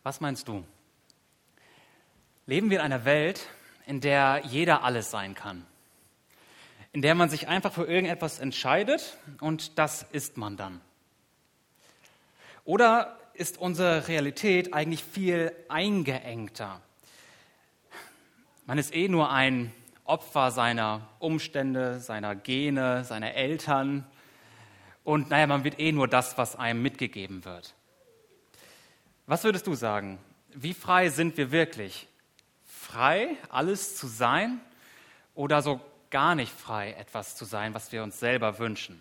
Was meinst du? Leben wir in einer Welt, in der jeder alles sein kann? In der man sich einfach für irgendetwas entscheidet und das ist man dann? Oder ist unsere Realität eigentlich viel eingeengter? Man ist nur ein Opfer seiner Umstände, seiner Gene, seiner Eltern und man wird nur das, was einem mitgegeben wird. Was würdest du sagen? Wie frei sind wir wirklich? Frei, alles zu sein oder so gar nicht frei, etwas zu sein, was wir uns selber wünschen?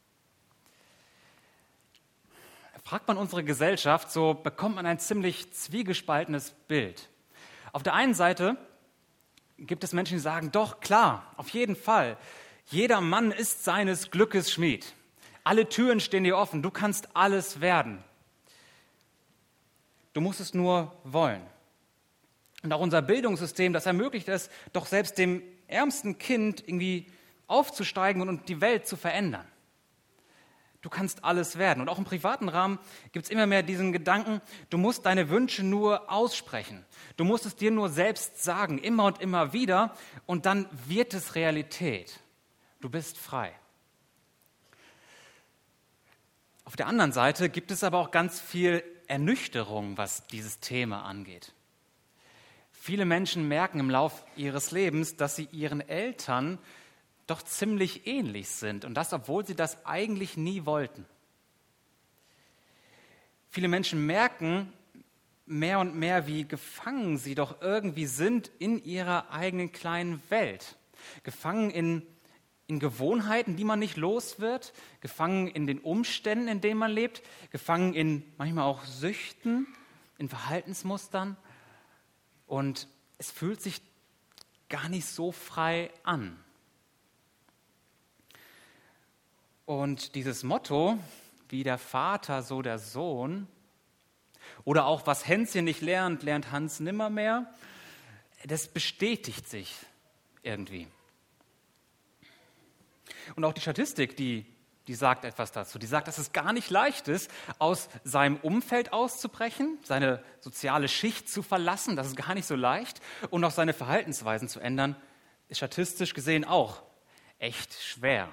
Fragt man unsere Gesellschaft, so bekommt man ein ziemlich zwiegespaltenes Bild. Auf der einen Seite gibt es Menschen, die sagen, doch klar, auf jeden Fall, jeder Mann ist seines Glückes Schmied. Alle Türen stehen dir offen, du kannst alles werden. Du musst es nur wollen. Und auch unser Bildungssystem, das ermöglicht es, doch selbst dem ärmsten Kind irgendwie aufzusteigen und die Welt zu verändern. Du kannst alles werden. Und auch im privaten Rahmen gibt es immer mehr diesen Gedanken, du musst deine Wünsche nur aussprechen. Du musst es dir nur selbst sagen, immer und immer wieder, und dann wird es Realität. Du bist frei. Auf der anderen Seite gibt es aber auch ganz viel Ernüchterung, was dieses Thema angeht. Viele Menschen merken im Lauf ihres Lebens, dass sie ihren Eltern doch ziemlich ähnlich sind und das, obwohl sie das eigentlich nie wollten. Viele Menschen merken mehr und mehr, wie gefangen sie doch irgendwie sind in ihrer eigenen kleinen Welt. Gefangen in Gewohnheiten, die man nicht los wird, gefangen in den Umständen, in denen man lebt, gefangen in manchmal auch Süchten, in Verhaltensmustern. Und es fühlt sich gar nicht so frei an. Und dieses Motto, wie der Vater, so der Sohn, oder auch was Hänschen nicht lernt, lernt Hans nimmermehr, das bestätigt sich irgendwie. Und auch die Statistik, die sagt etwas dazu. Die sagt, dass es gar nicht leicht ist, aus seinem Umfeld auszubrechen, seine soziale Schicht zu verlassen. Das ist gar nicht so leicht. Und auch seine Verhaltensweisen zu ändern, ist statistisch gesehen auch echt schwer.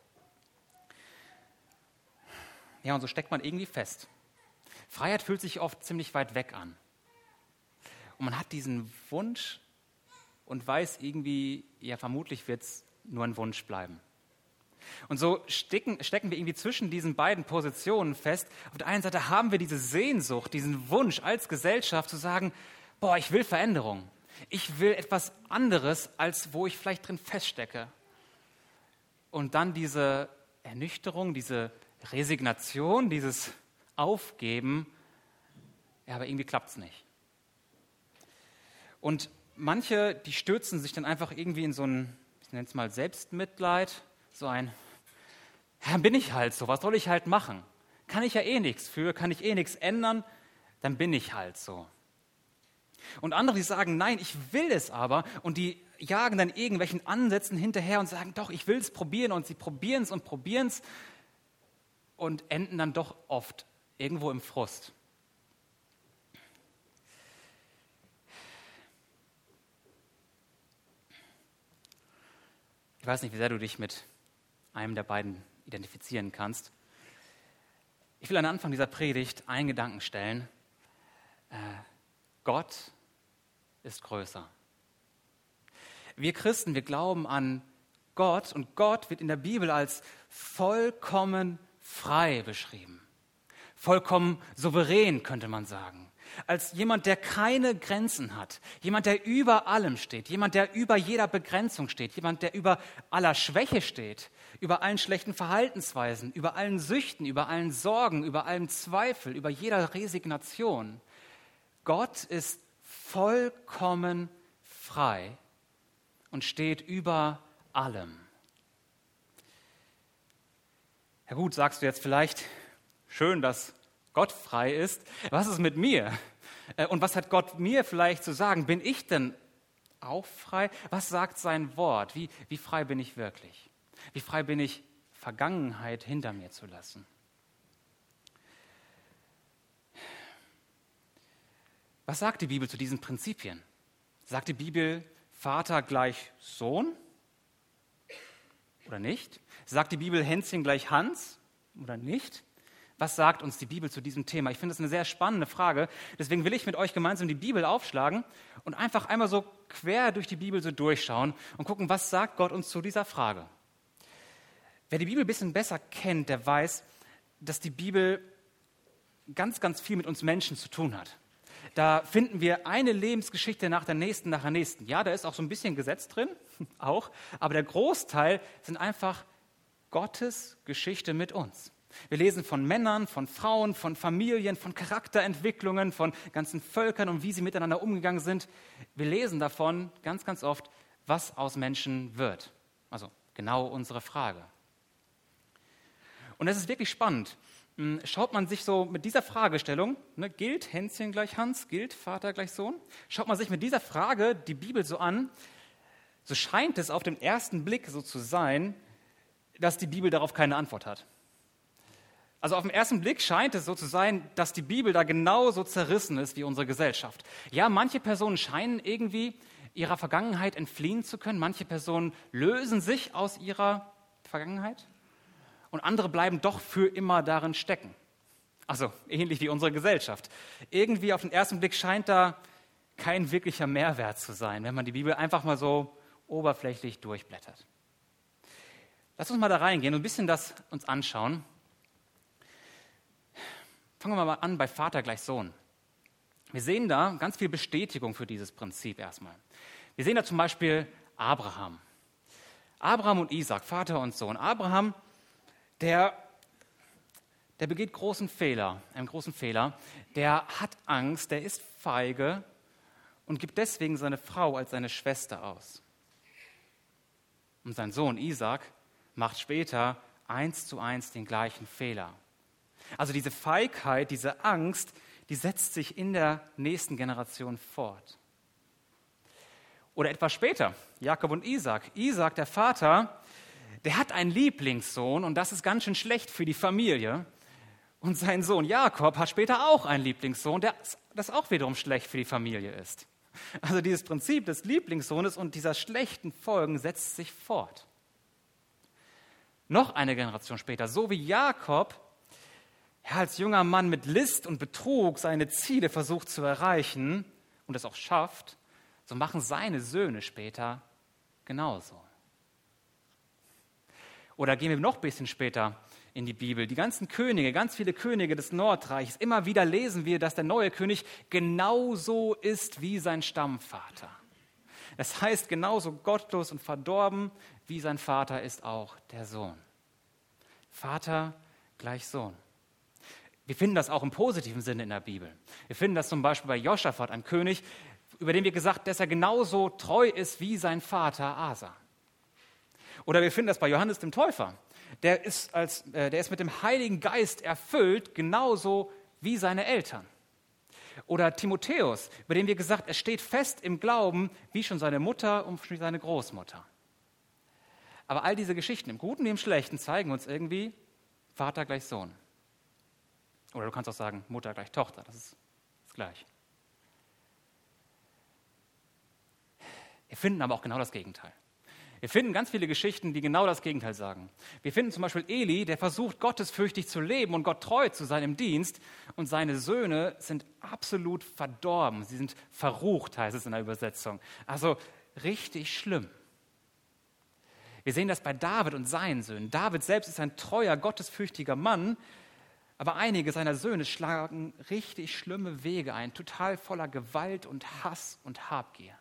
Ja, und so steckt man irgendwie fest. Freiheit fühlt sich oft ziemlich weit weg an. Und man hat diesen Wunsch und weiß irgendwie, ja, vermutlich wird es nur ein Wunsch bleiben. Und so stecken wir irgendwie zwischen diesen beiden Positionen fest. Auf der einen Seite haben wir diese Sehnsucht, diesen Wunsch als Gesellschaft zu sagen, ich will Veränderung. Ich will etwas anderes, als wo ich vielleicht drin feststecke. Und dann diese Ernüchterung, diese Resignation, dieses Aufgeben, ja, aber irgendwie klappt es nicht. Und manche, die stürzen sich dann einfach irgendwie in so ein, ich nenne es mal Selbstmitleid, so ein, ja, bin ich halt so, was soll ich halt machen? Kann ich ja eh nichts für, kann ich eh nichts ändern, dann bin ich halt so. Und andere, die sagen, nein, ich will es aber, und die jagen dann irgendwelchen Ansätzen hinterher und sagen, doch, ich will es probieren, und sie probieren es und enden dann doch oft irgendwo im Frust. Ich weiß nicht, wie sehr du dich mit einem der beiden identifizieren kannst. Ich will an Anfang dieser Predigt einen Gedanken stellen. Gott ist größer. Wir Christen, wir glauben an Gott, und Gott wird in der Bibel als vollkommen frei beschrieben. Vollkommen souverän, könnte man sagen. Als jemand, der keine Grenzen hat. Jemand, der über allem steht. Jemand, der über jeder Begrenzung steht. Jemand, der über aller Schwäche steht. Über allen schlechten Verhaltensweisen. Über allen Süchten. Über allen Sorgen. Über allem Zweifel. Über jeder Resignation. Gott ist vollkommen frei und steht über allem. Ja gut, sagst du jetzt vielleicht, schön, dass Gott frei ist. Was ist mit mir? Und was hat Gott mir vielleicht zu sagen? Bin ich denn auch frei? Was sagt sein Wort? Wie frei bin ich wirklich? Wie frei bin ich, Vergangenheit hinter mir zu lassen? Was sagt die Bibel zu diesen Prinzipien? Sagt die Bibel Vater gleich Sohn oder nicht? Sagt die Bibel Hänschen gleich Hans oder nicht? Was sagt uns die Bibel zu diesem Thema? Ich finde das eine sehr spannende Frage. Deswegen will ich mit euch gemeinsam die Bibel aufschlagen und einfach einmal so quer durch die Bibel so durchschauen und gucken, was sagt Gott uns zu dieser Frage. Wer die Bibel ein bisschen besser kennt, der weiß, dass die Bibel ganz, ganz viel mit uns Menschen zu tun hat. Da finden wir eine Lebensgeschichte nach der nächsten, nach der nächsten. Ja, da ist auch so ein bisschen Gesetz drin, auch, aber der Großteil sind einfach Gottes Geschichte mit uns. Wir lesen von Männern, von Frauen, von Familien, von Charakterentwicklungen, von ganzen Völkern und wie sie miteinander umgegangen sind. Wir lesen davon ganz, ganz oft, was aus Menschen wird. Also genau unsere Frage. Und es ist wirklich spannend. Schaut man sich so mit dieser Fragestellung, gilt Hänschen gleich Hans, gilt Vater gleich Sohn? Schaut man sich mit dieser Frage die Bibel so an, so scheint es auf den ersten Blick so zu sein, dass die Bibel darauf keine Antwort hat. Also auf den ersten Blick scheint es so zu sein, dass die Bibel da genauso zerrissen ist wie unsere Gesellschaft. Ja, manche Personen scheinen irgendwie ihrer Vergangenheit entfliehen zu können. Manche Personen lösen sich aus ihrer Vergangenheit und andere bleiben doch für immer darin stecken. Also ähnlich wie unsere Gesellschaft. Irgendwie auf den ersten Blick scheint da kein wirklicher Mehrwert zu sein, wenn man die Bibel einfach mal so oberflächlich durchblättert. Lass uns mal da reingehen und ein bisschen das uns anschauen. Fangen wir mal an bei Vater gleich Sohn. Wir sehen da ganz viel Bestätigung für dieses Prinzip erstmal. Wir sehen da zum Beispiel Abraham. Abraham und Isaac, Vater und Sohn. Abraham, der begeht einen großen Fehler. Der hat Angst, der ist feige und gibt deswegen seine Frau als seine Schwester aus. Und sein Sohn Isaac macht später 1:1 den gleichen Fehler. Also diese Feigheit, diese Angst, die setzt sich in der nächsten Generation fort. Oder etwas später, Jakob und Isaac. Isaac, der Vater, der hat einen Lieblingssohn und das ist ganz schön schlecht für die Familie. Und sein Sohn Jakob hat später auch einen Lieblingssohn, das auch wiederum schlecht für die Familie ist. Also dieses Prinzip des Lieblingssohnes und dieser schlechten Folgen setzt sich fort. Noch eine Generation später, so wie Jakob als junger Mann mit List und Betrug seine Ziele versucht zu erreichen und es auch schafft, so machen seine Söhne später genauso. Oder gehen wir noch ein bisschen später in die Bibel. Die ganzen Könige, ganz viele Könige des Nordreichs, immer wieder lesen wir, dass der neue König genauso ist wie sein Stammvater. Das heißt, genauso gottlos und verdorben wie sein Vater ist auch der Sohn. Vater gleich Sohn. Wir finden das auch im positiven Sinne in der Bibel. Wir finden das zum Beispiel bei Josaphat, einem König, über den wir gesagt, dass er genauso treu ist wie sein Vater Asa. Oder wir finden das bei Johannes dem Täufer. Der ist mit dem Heiligen Geist erfüllt, genauso wie seine Eltern. Oder Timotheus, über den wir gesagt, er steht fest im Glauben, wie schon seine Mutter und seine Großmutter. Aber all diese Geschichten, im Guten wie im Schlechten, zeigen uns irgendwie Vater gleich Sohn. Oder du kannst auch sagen, Mutter gleich Tochter, das ist gleich. Wir finden aber auch genau das Gegenteil. Wir finden ganz viele Geschichten, die genau das Gegenteil sagen. Wir finden zum Beispiel Eli, der versucht, gottesfürchtig zu leben und Gott treu zu sein im Dienst. Und seine Söhne sind absolut verdorben. Sie sind verrucht, heißt es in der Übersetzung. Also richtig schlimm. Wir sehen das bei David und seinen Söhnen. David selbst ist ein treuer, gottesfürchtiger Mann, aber einige seiner Söhne schlagen richtig schlimme Wege ein, total voller Gewalt und Hass und Habgier.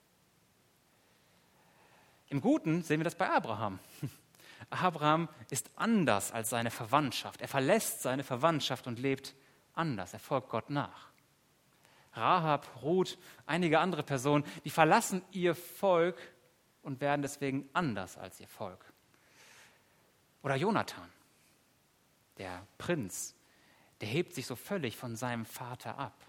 Im Guten sehen wir das bei Abraham. Abraham ist anders als seine Verwandtschaft. Er verlässt seine Verwandtschaft und lebt anders. Er folgt Gott nach. Rahab, Ruth, einige andere Personen, die verlassen ihr Volk und werden deswegen anders als ihr Volk. Oder Jonathan, der Prinz, der hebt sich so völlig von seinem Vater ab.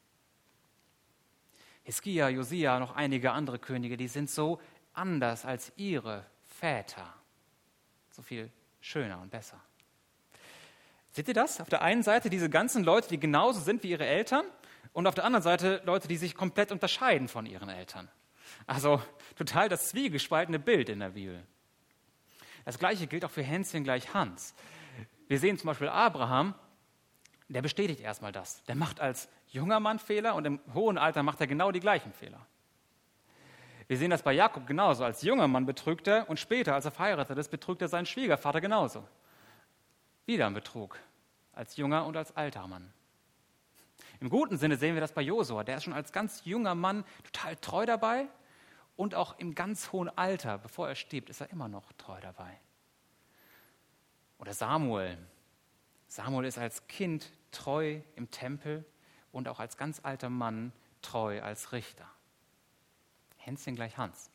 Hiskia, Josia, noch einige andere Könige, die sind so anders als ihre Väter. So viel schöner und besser. Seht ihr das? Auf der einen Seite diese ganzen Leute, die genauso sind wie ihre Eltern Und auf der anderen Seite Leute, die sich komplett unterscheiden von ihren Eltern. Also total das zwiegespaltene Bild in der Bibel. Das Gleiche gilt auch für Hänschen gleich Hans. Wir sehen zum Beispiel Abraham, der bestätigt erstmal das. Der macht als junger Mann Fehler und im hohen Alter macht er genau die gleichen Fehler. Wir sehen das bei Jakob genauso. Als junger Mann betrügt er und später, als er verheiratet ist, betrügt er seinen Schwiegervater genauso. Wieder ein Betrug. Als junger und als alter Mann. Im guten Sinne sehen wir das bei Josua. Der ist schon als ganz junger Mann total treu dabei und auch im ganz hohen Alter, bevor er stirbt, ist er immer noch treu dabei. Oder Samuel. Samuel ist als Kind treu im Tempel und auch als ganz alter Mann treu als Richter. Hänschen gleich Hans.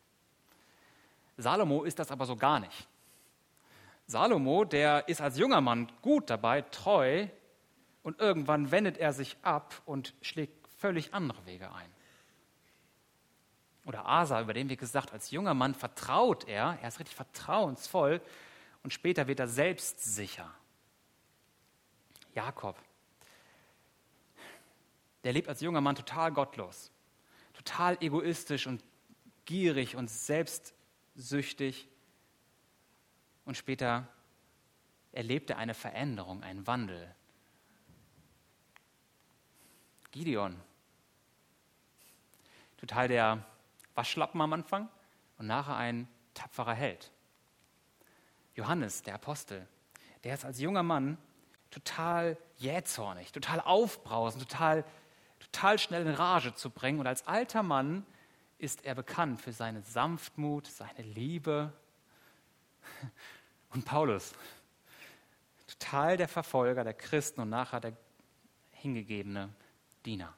Salomo ist das aber so gar nicht. Salomo, der ist als junger Mann gut dabei, treu, und irgendwann wendet er sich ab und schlägt völlig andere Wege ein. Oder Asa, über den wir gesagt, als junger Mann vertraut er ist richtig vertrauensvoll und später wird er selbstsicher. Jakob, der lebt als junger Mann total gottlos, total egoistisch und gierig und selbstsüchtig. Und später erlebt er eine Veränderung, einen Wandel. Gideon, total der Waschlappen am Anfang und nachher ein tapferer Held. Johannes, der Apostel, der ist als junger Mann total jähzornig, total aufbrausend, total schnell in Rage zu bringen. Und als alter Mann ist er bekannt für seine Sanftmut, seine Liebe. Und Paulus, total der Verfolger der Christen und nachher der hingegebene Diener.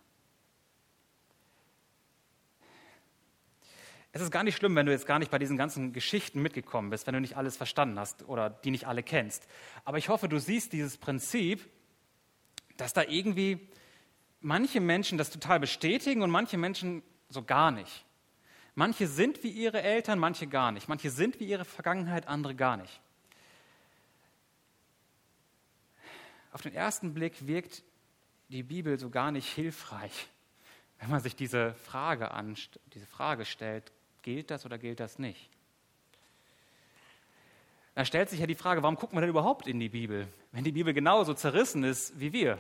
Es ist gar nicht schlimm, wenn du jetzt gar nicht bei diesen ganzen Geschichten mitgekommen bist, wenn du nicht alles verstanden hast oder die nicht alle kennst. Aber ich hoffe, du siehst dieses Prinzip, dass da irgendwie manche Menschen das total bestätigen und manche Menschen so gar nicht. Manche sind wie ihre Eltern, manche gar nicht. Manche sind wie ihre Vergangenheit, andere gar nicht. Auf den ersten Blick wirkt die Bibel so gar nicht hilfreich, wenn man sich diese Frage stellt, gilt das oder gilt das nicht? Da stellt sich ja die Frage, warum guckt man denn überhaupt in die Bibel, wenn die Bibel genauso zerrissen ist wie wir?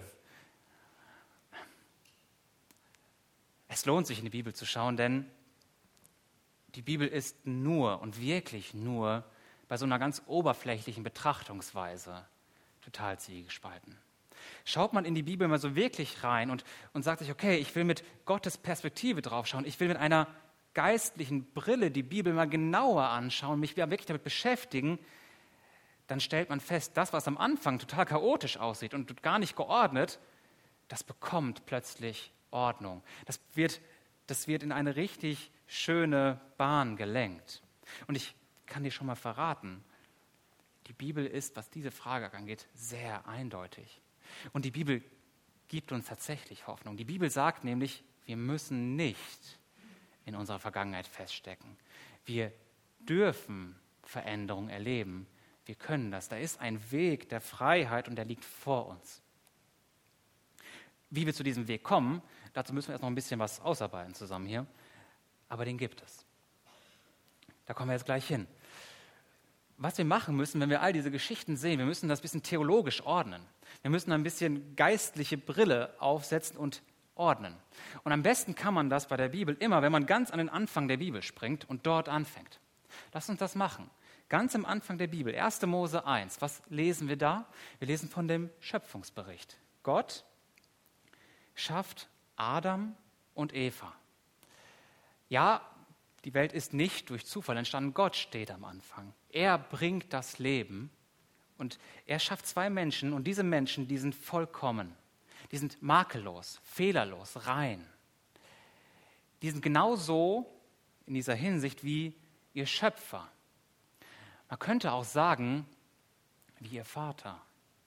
Es lohnt sich, in die Bibel zu schauen, denn die Bibel ist nur und wirklich nur bei so einer ganz oberflächlichen Betrachtungsweise total zwiegespalten. Schaut man in die Bibel mal so wirklich rein und sagt sich, okay, ich will mit Gottes Perspektive drauf schauen, ich will mit einer geistlichen Brille die Bibel mal genauer anschauen, mich wirklich damit beschäftigen, dann stellt man fest, das, was am Anfang total chaotisch aussieht und gar nicht geordnet, das bekommt plötzlich Ordnung. Das wird in eine richtig schöne Bahn gelenkt. Und ich kann dir schon mal verraten, die Bibel ist, was diese Frage angeht, sehr eindeutig. Und die Bibel gibt uns tatsächlich Hoffnung. Die Bibel sagt nämlich, wir müssen nicht in unserer Vergangenheit feststecken. Wir dürfen Veränderung erleben. Wir können das. Da ist ein Weg der Freiheit und der liegt vor uns. Wie wir zu diesem Weg kommen, dazu müssen wir erst noch ein bisschen was ausarbeiten zusammen hier. Aber den gibt es. Da kommen wir jetzt gleich hin. Was wir machen müssen, wenn wir all diese Geschichten sehen, wir müssen das ein bisschen theologisch ordnen. Wir müssen ein bisschen geistliche Brille aufsetzen und ordnen. Und am besten kann man das bei der Bibel immer, wenn man ganz an den Anfang der Bibel springt und dort anfängt. Lass uns das machen. Ganz am Anfang der Bibel, 1. Mose 1. Was lesen wir da? Wir lesen von dem Schöpfungsbericht. Gott schafft Adam und Eva. Ja, die Welt ist nicht durch Zufall entstanden. Gott steht am Anfang. Er bringt das Leben und er schafft zwei Menschen und diese Menschen, die sind vollkommen. Die sind makellos, fehlerlos, rein. Die sind genauso in dieser Hinsicht wie ihr Schöpfer. Man könnte auch sagen, wie ihr Vater.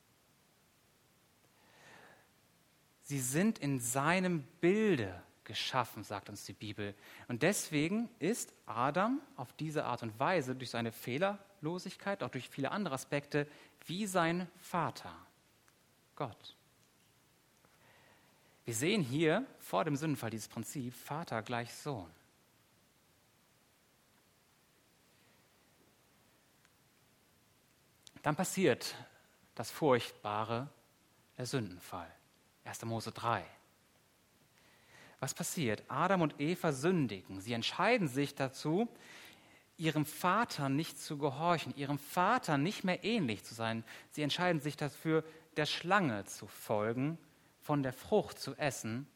Sie sind in seinem Bilde geschaffen, sagt uns die Bibel. Und deswegen ist Adam auf diese Art und Weise, durch seine Fehlerlosigkeit, auch durch viele andere Aspekte, wie sein Vater, Gott. Wir sehen hier vor dem Sündenfall dieses Prinzip Vater gleich Sohn. Dann passiert das Furchtbare, der Sündenfall. 1. Mose 3. Was passiert? Adam und Eva sündigen. Sie entscheiden sich dazu, ihrem Vater nicht zu gehorchen, ihrem Vater nicht mehr ähnlich zu sein. Sie entscheiden sich dafür, der Schlange zu folgen, von der Frucht zu essen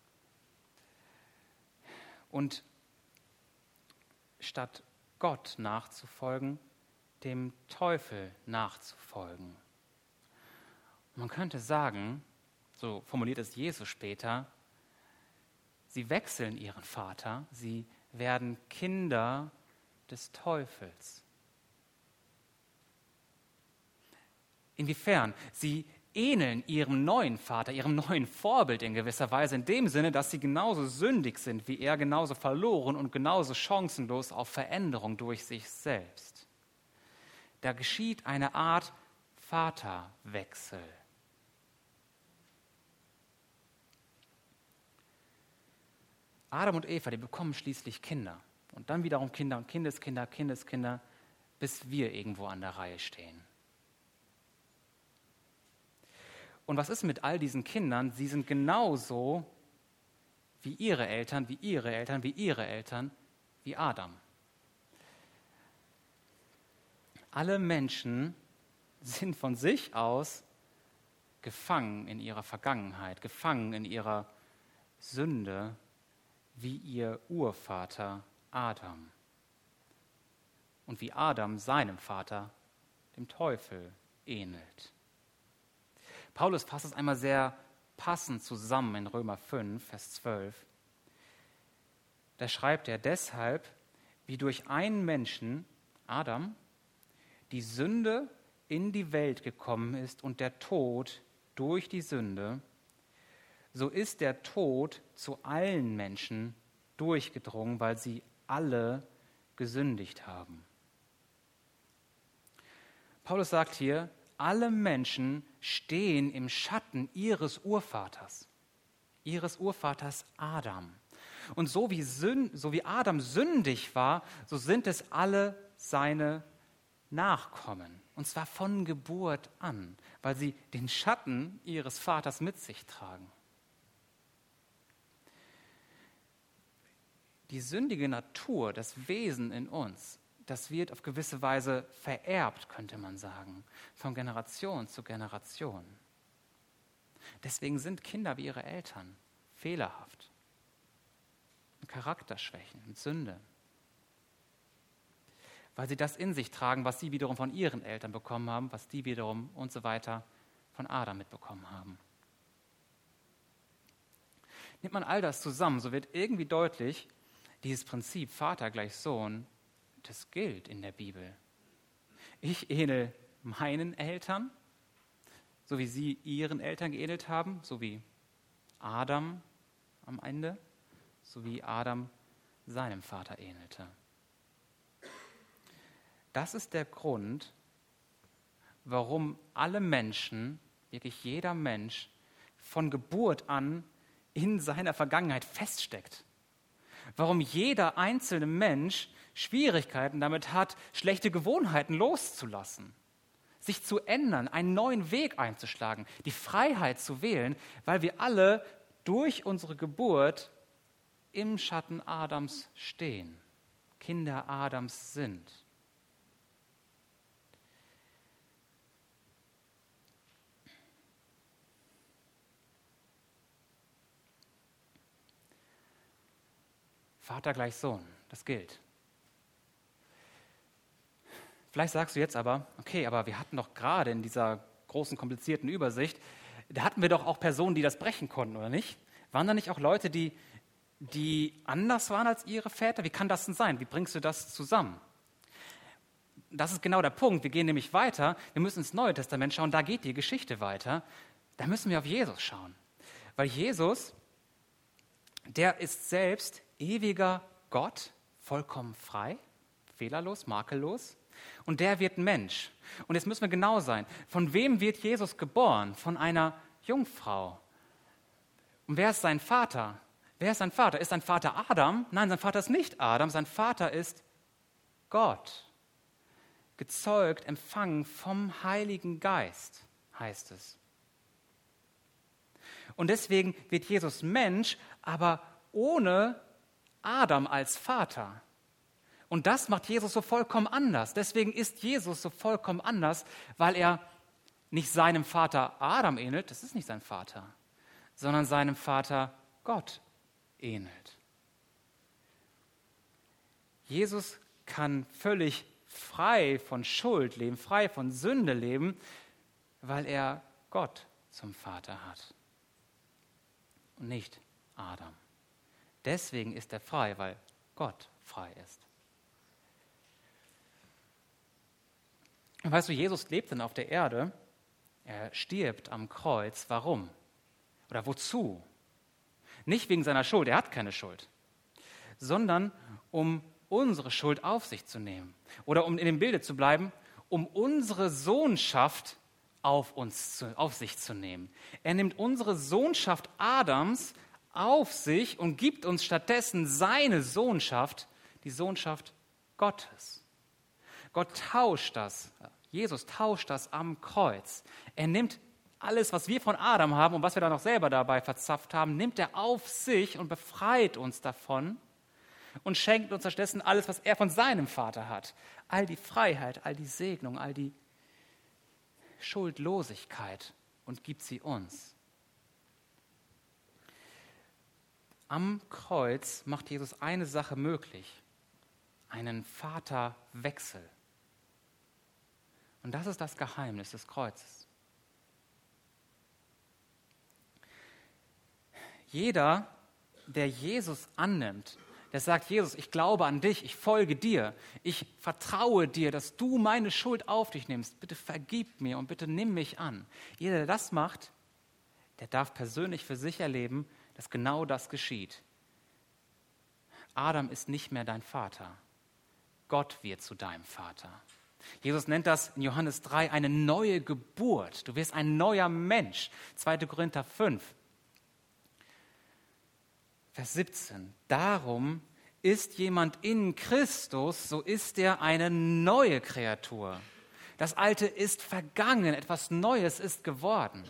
und statt Gott nachzufolgen, dem Teufel nachzufolgen. Und man könnte sagen, so formuliert es Jesus später, sie wechseln ihren Vater, sie werden Kinder des Teufels. Inwiefern? Sie ähneln ihrem neuen Vater, ihrem neuen Vorbild in gewisser Weise, in dem Sinne, dass sie genauso sündig sind wie er, genauso verloren und genauso chancenlos auf Veränderung durch sich selbst. Da geschieht eine Art Vaterwechsel. Adam und Eva, die bekommen schließlich Kinder und dann wiederum Kinder und Kindeskinder, Kindeskinder, bis wir irgendwo an der Reihe stehen. Und was ist mit all diesen Kindern? Sie sind genauso wie ihre Eltern, wie ihre Eltern, wie ihre Eltern, wie Adam. Alle Menschen sind von sich aus gefangen in ihrer Vergangenheit, gefangen in ihrer Sünde, wie ihr Urvater Adam. Und wie Adam seinem Vater, dem Teufel, ähnelt. Paulus fasst es einmal sehr passend zusammen in Römer 5, Vers 12. Da schreibt er: Deshalb, wie durch einen Menschen, Adam, die Sünde in die Welt gekommen ist und der Tod durch die Sünde, so ist der Tod zu allen Menschen durchgedrungen, weil sie alle gesündigt haben. Paulus sagt hier, alle Menschen stehen im Schatten ihres Urvaters Adam. Und so wie Adam sündig war, so sind es alle seine Nachkommen. Und zwar von Geburt an, weil sie den Schatten ihres Vaters mit sich tragen. Die sündige Natur, das Wesen in uns, das wird auf gewisse Weise vererbt, könnte man sagen, von Generation zu Generation. Deswegen sind Kinder wie ihre Eltern fehlerhaft, mit Charakterschwächen, mit Sünde, weil sie das in sich tragen, was sie wiederum von ihren Eltern bekommen haben, was die wiederum und so weiter von Adam mitbekommen haben. Nimmt man all das zusammen, so wird irgendwie deutlich, dieses Prinzip Vater gleich Sohn, das gilt in der Bibel. Ich ähnle meinen Eltern, so wie sie ihren Eltern geähnelt haben, so wie Adam am Ende, so wie Adam seinem Vater ähnelte. Das ist der Grund, warum alle Menschen, wirklich jeder Mensch, von Geburt an in seiner Vergangenheit feststeckt. Warum jeder einzelne Mensch Schwierigkeiten damit hat, schlechte Gewohnheiten loszulassen, sich zu ändern, einen neuen Weg einzuschlagen, die Freiheit zu wählen, weil wir alle durch unsere Geburt im Schatten Adams stehen, Kinder Adams sind. Vater gleich Sohn, das gilt. Vielleicht sagst du jetzt aber, okay, aber wir hatten doch gerade in dieser großen, komplizierten Übersicht, da hatten wir doch auch Personen, die das brechen konnten, oder nicht? Waren da nicht auch Leute, die anders waren als ihre Väter? Wie kann das denn sein? Wie bringst du das zusammen? Das ist genau der Punkt. Wir gehen nämlich weiter. Wir müssen ins Neue Testament schauen. Da geht die Geschichte weiter. Da müssen wir auf Jesus schauen. Weil Jesus, der ist selbst ewiger Gott, vollkommen frei, fehlerlos, makellos. Und der wird Mensch. Und jetzt müssen wir genau sein. Von wem wird Jesus geboren? Von einer Jungfrau. Und wer ist sein Vater? Wer ist sein Vater? Ist sein Vater Adam? Nein, sein Vater ist nicht Adam, sein Vater ist Gott. Gezeugt, empfangen vom Heiligen Geist, heißt es. Und deswegen wird Jesus Mensch, aber ohne Adam als Vater. Und das macht Jesus so vollkommen anders. Deswegen ist Jesus so vollkommen anders, weil er nicht seinem Vater Adam ähnelt, das ist nicht sein Vater, sondern seinem Vater Gott ähnelt. Jesus kann völlig frei von Schuld leben, frei von Sünde leben, weil er Gott zum Vater hat und nicht Adam. Deswegen ist er frei, weil Gott frei ist. Und weißt du, Jesus lebt dann auf der Erde, er stirbt am Kreuz. Warum? Oder wozu? Nicht wegen seiner Schuld, er hat keine Schuld, sondern um unsere Schuld auf sich zu nehmen. Oder um in dem Bilde zu bleiben, um unsere Sohnschaft auf sich zu nehmen. Er nimmt unsere Sohnschaft Adams auf sich und gibt uns stattdessen seine Sohnschaft, die Sohnschaft Gottes. Gott tauscht das, Jesus tauscht das am Kreuz. Er nimmt alles, was wir von Adam haben und was wir dann noch selber dabei verzapft haben, nimmt er auf sich und befreit uns davon und schenkt uns stattdessen alles, was er von seinem Vater hat. All die Freiheit, all die Segnung, all die Schuldlosigkeit und gibt sie uns. Am Kreuz macht Jesus eine Sache möglich, einen Vaterwechsel. Und das ist das Geheimnis des Kreuzes. Jeder, der Jesus annimmt, der sagt, Jesus, ich glaube an dich, ich folge dir, ich vertraue dir, dass du meine Schuld auf dich nimmst. Bitte vergib mir und bitte nimm mich an. Jeder, der das macht, der darf persönlich für sich erleben, dass genau das geschieht. Adam ist nicht mehr dein Vater. Gott wird zu deinem Vater. Jesus nennt das in Johannes 3 eine neue Geburt. Du wirst ein neuer Mensch. 2. Korinther 5. Vers 17. Darum ist jemand in Christus, so ist er eine neue Kreatur. Das Alte ist vergangen, etwas Neues ist geworden.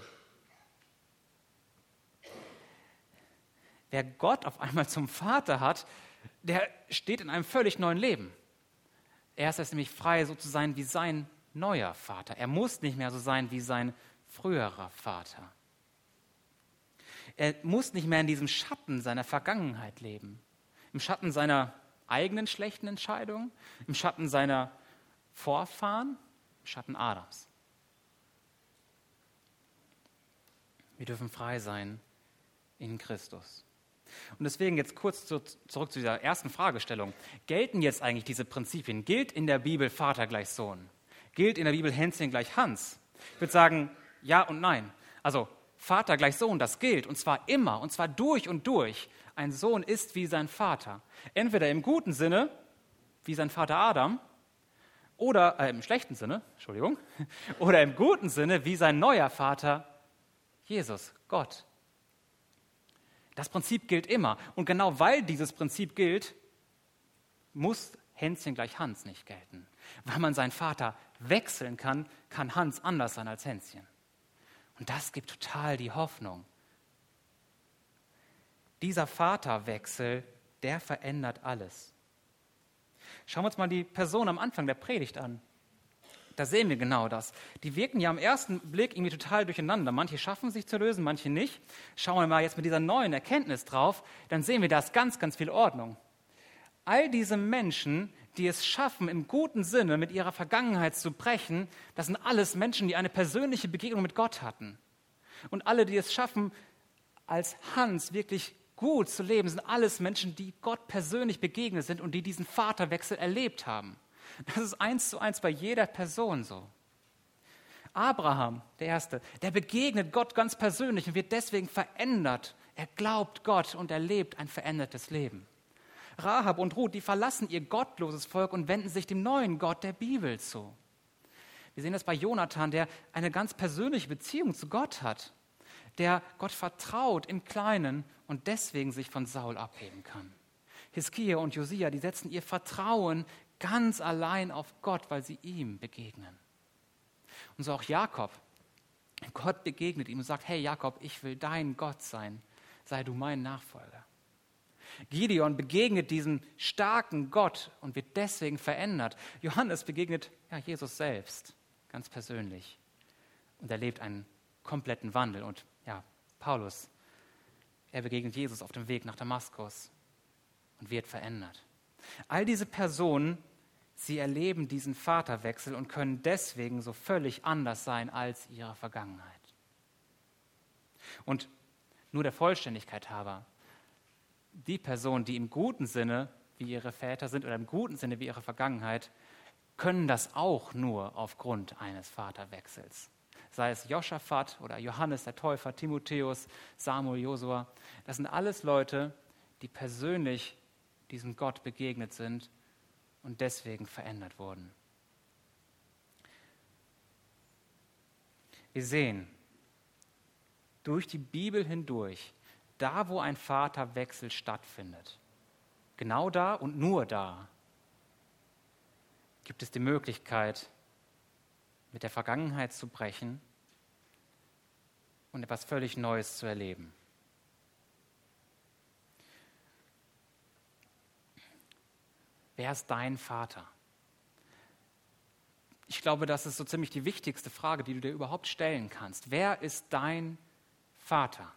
Wer Gott auf einmal zum Vater hat, der steht in einem völlig neuen Leben. Er ist jetzt nämlich frei, so zu sein wie sein neuer Vater. Er muss nicht mehr so sein wie sein früherer Vater. Er muss nicht mehr in diesem Schatten seiner Vergangenheit leben. Im Schatten seiner eigenen schlechten Entscheidungen, im Schatten seiner Vorfahren, im Schatten Adams. Wir dürfen frei sein in Christus. Und deswegen jetzt kurz zurück zu dieser ersten Fragestellung. Gelten jetzt eigentlich diese Prinzipien? Gilt in der Bibel Vater gleich Sohn? Gilt in der Bibel Hänschen gleich Hans? Ich würde sagen, ja und nein. Also Vater gleich Sohn, das gilt, und zwar immer, und zwar durch und durch. Ein Sohn ist wie sein Vater. Entweder im guten Sinne, wie sein Vater Adam, oder im schlechten Sinne, Entschuldigung, oder im guten Sinne, wie sein neuer Vater Jesus, Gott. Das Prinzip gilt immer. Und genau weil dieses Prinzip gilt, muss Hänschen gleich Hans nicht gelten. Weil man seinen Vater wechseln kann, kann Hans anders sein als Hänschen. Und das gibt total die Hoffnung. Dieser Vaterwechsel, der verändert alles. Schauen wir uns mal die Person am Anfang der Predigt an. Da sehen wir genau das. Die wirken ja am ersten Blick irgendwie total durcheinander. Manche schaffen sich zu lösen, manche nicht. Schauen wir mal jetzt mit dieser neuen Erkenntnis drauf, dann sehen wir, da ist ganz, ganz viel Ordnung. All diese Menschen, die es schaffen, im guten Sinne mit ihrer Vergangenheit zu brechen, das sind alles Menschen, die eine persönliche Begegnung mit Gott hatten. Und alle, die es schaffen, als Hans wirklich gut zu leben, sind alles Menschen, die Gott persönlich begegnet sind und die diesen Vaterwechsel erlebt haben. Das ist 1:1 bei jeder Person so. Abraham, der Erste, der begegnet Gott ganz persönlich und wird deswegen verändert. Er glaubt Gott und erlebt ein verändertes Leben. Rahab und Ruth, die verlassen ihr gottloses Volk und wenden sich dem neuen Gott der Bibel zu. Wir sehen das bei Jonathan, der eine ganz persönliche Beziehung zu Gott hat. der Gott vertraut im Kleinen und deswegen sich von Saul abheben kann. Hiskia und Josia, die setzen ihr Vertrauen ganz allein auf Gott, weil sie ihm begegnen. Und so auch Jakob. Gott begegnet ihm und sagt, hey Jakob, ich will dein Gott sein, sei du mein Nachfolger. Gideon begegnet diesem starken Gott und wird deswegen verändert. Johannes begegnet Jesus selbst, ganz persönlich, und erlebt einen kompletten Wandel. Und Paulus, er begegnet Jesus auf dem Weg nach Damaskus und wird verändert. All diese Personen, sie erleben diesen Vaterwechsel und können deswegen so völlig anders sein als ihre Vergangenheit. Und nur der Vollständigkeit halber, die Personen, die im guten Sinne wie ihre Väter sind oder im guten Sinne wie ihre Vergangenheit, können das auch nur aufgrund eines Vaterwechsels. Sei es Joschafat oder Johannes der Täufer, Timotheus, Samuel, Josua. Das sind alles Leute, die persönlich diesem Gott begegnet sind und deswegen verändert wurden. Wir sehen durch die Bibel hindurch, da wo ein Vaterwechsel stattfindet, genau da und nur da, gibt es die Möglichkeit, mit der Vergangenheit zu brechen und etwas völlig Neues zu erleben. Wer ist dein Vater? Ich glaube, das ist so ziemlich die wichtigste Frage, die du dir überhaupt stellen kannst. Wer ist dein Vater?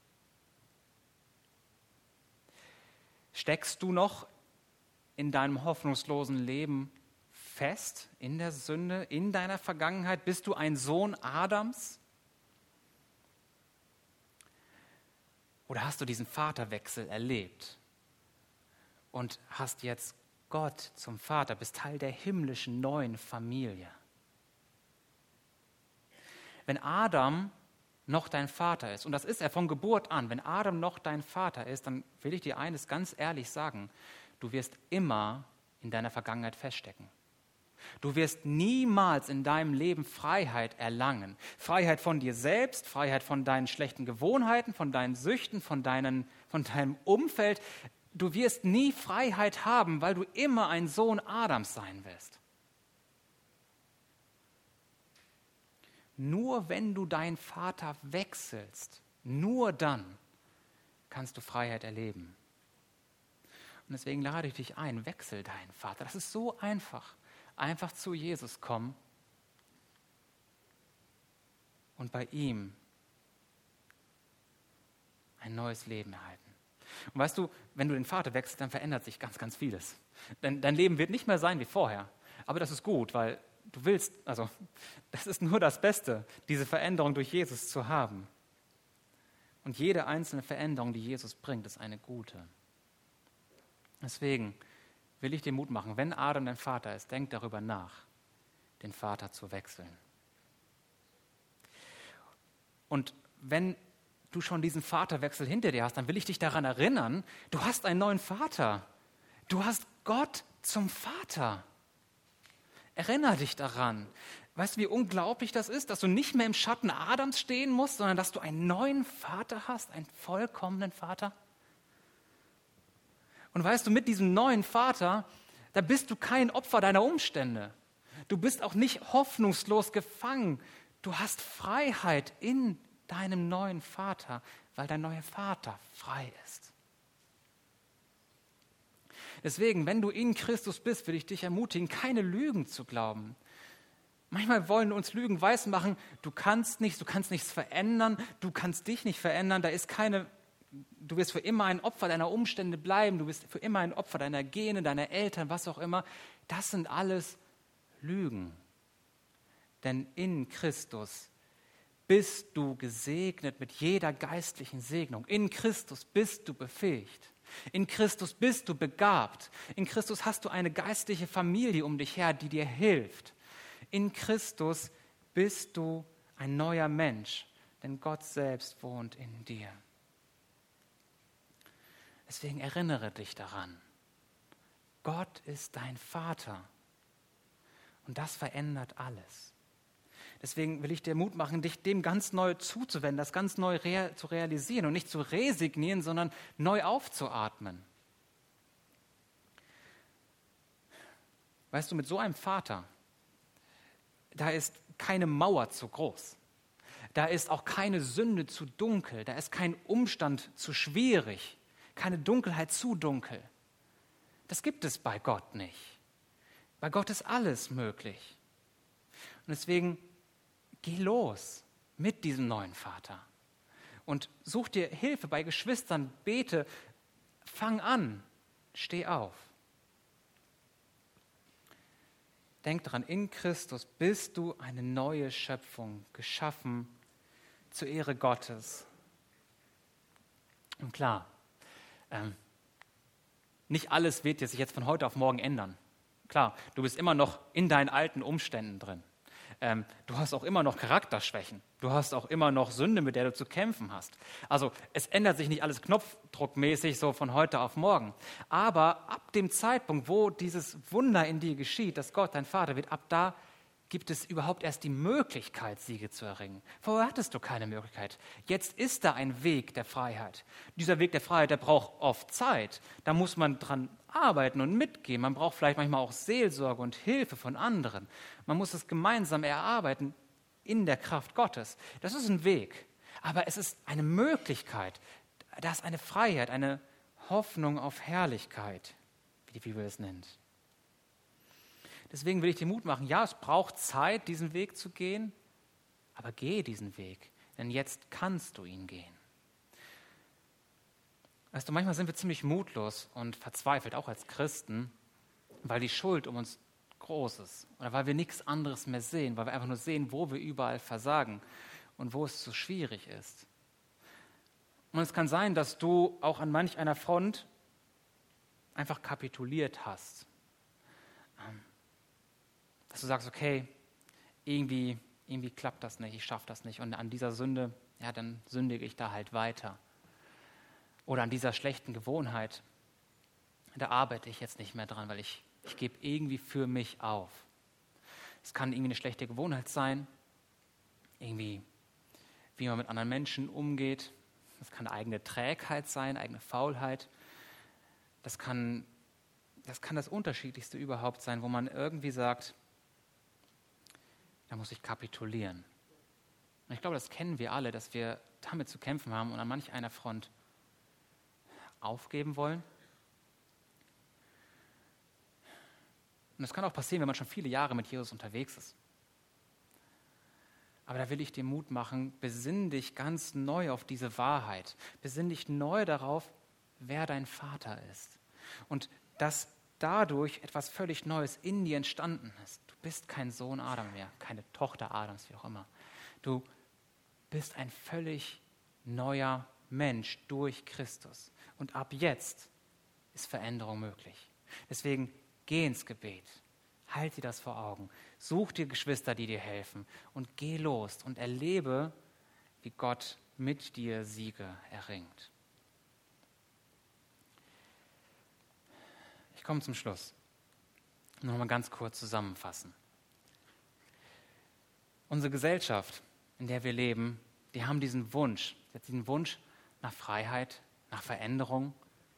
Steckst du noch in deinem hoffnungslosen Leben fest, in der Sünde, in deiner Vergangenheit? Bist du ein Sohn Adams? Oder hast du diesen Vaterwechsel erlebt und hast jetzt Gott zum Vater, bist Teil der himmlischen neuen Familie? Wenn Adam noch dein Vater ist, und das ist er von Geburt an, wenn Adam noch dein Vater ist, dann will ich dir eines ganz ehrlich sagen, du wirst immer in deiner Vergangenheit feststecken. Du wirst niemals in deinem Leben Freiheit erlangen. Freiheit von dir selbst, Freiheit von deinen schlechten Gewohnheiten, von deinen Süchten, von deinem Umfeld. Du wirst nie Freiheit haben, weil du immer ein Sohn Adams sein wirst. Nur wenn du deinen Vater wechselst, nur dann kannst du Freiheit erleben. Und deswegen lade ich dich ein, wechsel deinen Vater. Das ist so einfach. Einfach zu Jesus kommen und bei ihm ein neues Leben erhalten. Und weißt du, wenn du den Vater wechselst, dann verändert sich ganz, ganz vieles. Denn dein Leben wird nicht mehr sein wie vorher. Aber das ist gut, weil das ist nur das Beste, diese Veränderung durch Jesus zu haben. Und jede einzelne Veränderung, die Jesus bringt, ist eine gute. Deswegen will ich dir Mut machen, wenn Adam dein Vater ist, denk darüber nach, den Vater zu wechseln. Und wenn du schon diesen Vaterwechsel hinter dir hast, dann will ich dich daran erinnern, du hast einen neuen Vater. Du hast Gott zum Vater. Erinnere dich daran. Weißt du, wie unglaublich das ist, dass du nicht mehr im Schatten Adams stehen musst, sondern dass du einen neuen Vater hast, einen vollkommenen Vater? Und weißt du, mit diesem neuen Vater, da bist du kein Opfer deiner Umstände. Du bist auch nicht hoffnungslos gefangen. Du hast Freiheit in deinem neuen Vater, weil dein neuer Vater frei ist. Deswegen, wenn du in Christus bist, will ich dich ermutigen, keine Lügen zu glauben. Manchmal wollen uns Lügen weismachen, du kannst nichts verändern, du kannst dich nicht verändern, du wirst für immer ein Opfer deiner Umstände bleiben, du wirst für immer ein Opfer deiner Gene, deiner Eltern, was auch immer. Das sind alles Lügen. Denn in Christus bist du gesegnet mit jeder geistlichen Segnung. In Christus bist du befähigt. In Christus bist du begabt. In Christus hast du eine geistliche Familie um dich her, die dir hilft. In Christus bist du ein neuer Mensch, denn Gott selbst wohnt in dir. Deswegen erinnere dich daran, Gott ist dein Vater und das verändert alles. Deswegen will ich dir Mut machen, dich dem ganz neu zuzuwenden, das ganz neu zu realisieren und nicht zu resignieren, sondern neu aufzuatmen. Weißt du, mit so einem Vater, da ist keine Mauer zu groß. Da ist auch keine Sünde zu dunkel. Da ist kein Umstand zu schwierig. Keine Dunkelheit zu dunkel. Das gibt es bei Gott nicht. Bei Gott ist alles möglich. Und deswegen geh los mit diesem neuen Vater. Und such dir Hilfe bei Geschwistern, bete, fang an, steh auf. Denk daran, in Christus bist du eine neue Schöpfung, geschaffen zur Ehre Gottes. Und klar, nicht alles wird sich jetzt von heute auf morgen ändern. Klar, du bist immer noch in deinen alten Umständen drin. Du hast auch immer noch Charakterschwächen. Du hast auch immer noch Sünde, mit der du zu kämpfen hast. Also es ändert sich nicht alles knopfdruckmäßig so von heute auf morgen. Aber ab dem Zeitpunkt, wo dieses Wunder in dir geschieht, dass Gott dein Vater wird, ab da gibt es überhaupt erst die Möglichkeit, Siege zu erringen. Vorher hattest du keine Möglichkeit. Jetzt ist da ein Weg der Freiheit. Dieser Weg der Freiheit, der braucht oft Zeit. Da muss man dran arbeiten und mitgehen. Man braucht vielleicht manchmal auch Seelsorge und Hilfe von anderen. Man muss es gemeinsam erarbeiten in der Kraft Gottes. Das ist ein Weg. Aber es ist eine Möglichkeit. Das ist eine Freiheit, eine Hoffnung auf Herrlichkeit, wie die Bibel es nennt. Deswegen will ich dir Mut machen, ja, es braucht Zeit, diesen Weg zu gehen, aber geh diesen Weg, denn jetzt kannst du ihn gehen. Weißt du, manchmal sind wir ziemlich mutlos und verzweifelt, auch als Christen, weil die Schuld um uns groß ist oder weil wir nichts anderes mehr sehen, weil wir einfach nur sehen, wo wir überall versagen und wo es so schwierig ist. Und es kann sein, dass du auch an manch einer Front einfach kapituliert hast. Dass du sagst, okay, irgendwie klappt das nicht, ich schaffe das nicht. Und an dieser Sünde, ja, dann sündige ich da halt weiter. Oder an dieser schlechten Gewohnheit, da arbeite ich jetzt nicht mehr dran, weil ich gebe irgendwie für mich auf. Es kann irgendwie eine schlechte Gewohnheit sein, irgendwie, wie man mit anderen Menschen umgeht. Das kann eigene Trägheit sein, eigene Faulheit. Das kann das Unterschiedlichste überhaupt sein, wo man irgendwie sagt, da muss ich kapitulieren. Und ich glaube, das kennen wir alle, dass wir damit zu kämpfen haben und an manch einer Front aufgeben wollen. Und das kann auch passieren, wenn man schon viele Jahre mit Jesus unterwegs ist. Aber da will ich dir Mut machen, besinn dich ganz neu auf diese Wahrheit. Besinn dich neu darauf, wer dein Vater ist. Und dass dadurch etwas völlig Neues in dir entstanden ist. Du bist kein Sohn Adam mehr, keine Tochter Adams, wie auch immer. Du bist ein völlig neuer Mensch durch Christus. Und ab jetzt ist Veränderung möglich. Deswegen geh ins Gebet, halt dir das vor Augen, such dir Geschwister, die dir helfen und geh los und erlebe, wie Gott mit dir Siege erringt. Ich komme zum Schluss. Noch mal ganz kurz zusammenfassen. Unsere Gesellschaft, in der wir leben, die haben diesen Wunsch nach Freiheit, nach Veränderung.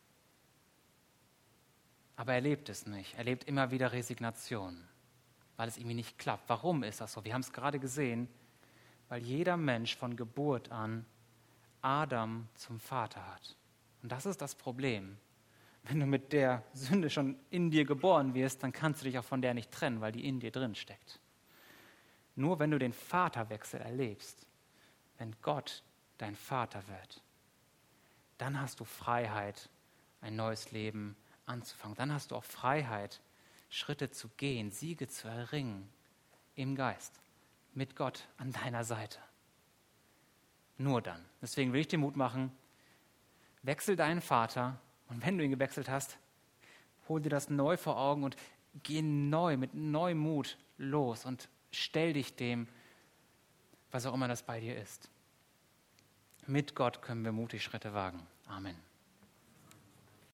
Aber er lebt es nicht. Er lebt immer wieder Resignation, weil es irgendwie nicht klappt. Warum ist das so? Wir haben es gerade gesehen, weil jeder Mensch von Geburt an Adam zum Vater hat. Und das ist das Problem. Wenn du mit der Sünde schon in dir geboren wirst, dann kannst du dich auch von der nicht trennen, weil die in dir drin steckt. Nur wenn du den Vaterwechsel erlebst, wenn Gott dein Vater wird, dann hast du Freiheit, ein neues Leben anzufangen. Dann hast du auch Freiheit, Schritte zu gehen, Siege zu erringen im Geist, mit Gott an deiner Seite. Nur dann. Deswegen will ich dir Mut machen, wechsel deinen Vater. Und wenn du ihn gewechselt hast, hol dir das neu vor Augen und geh neu, mit neuem Mut los und stell dich dem, was auch immer das bei dir ist. Mit Gott können wir mutig Schritte wagen. Amen.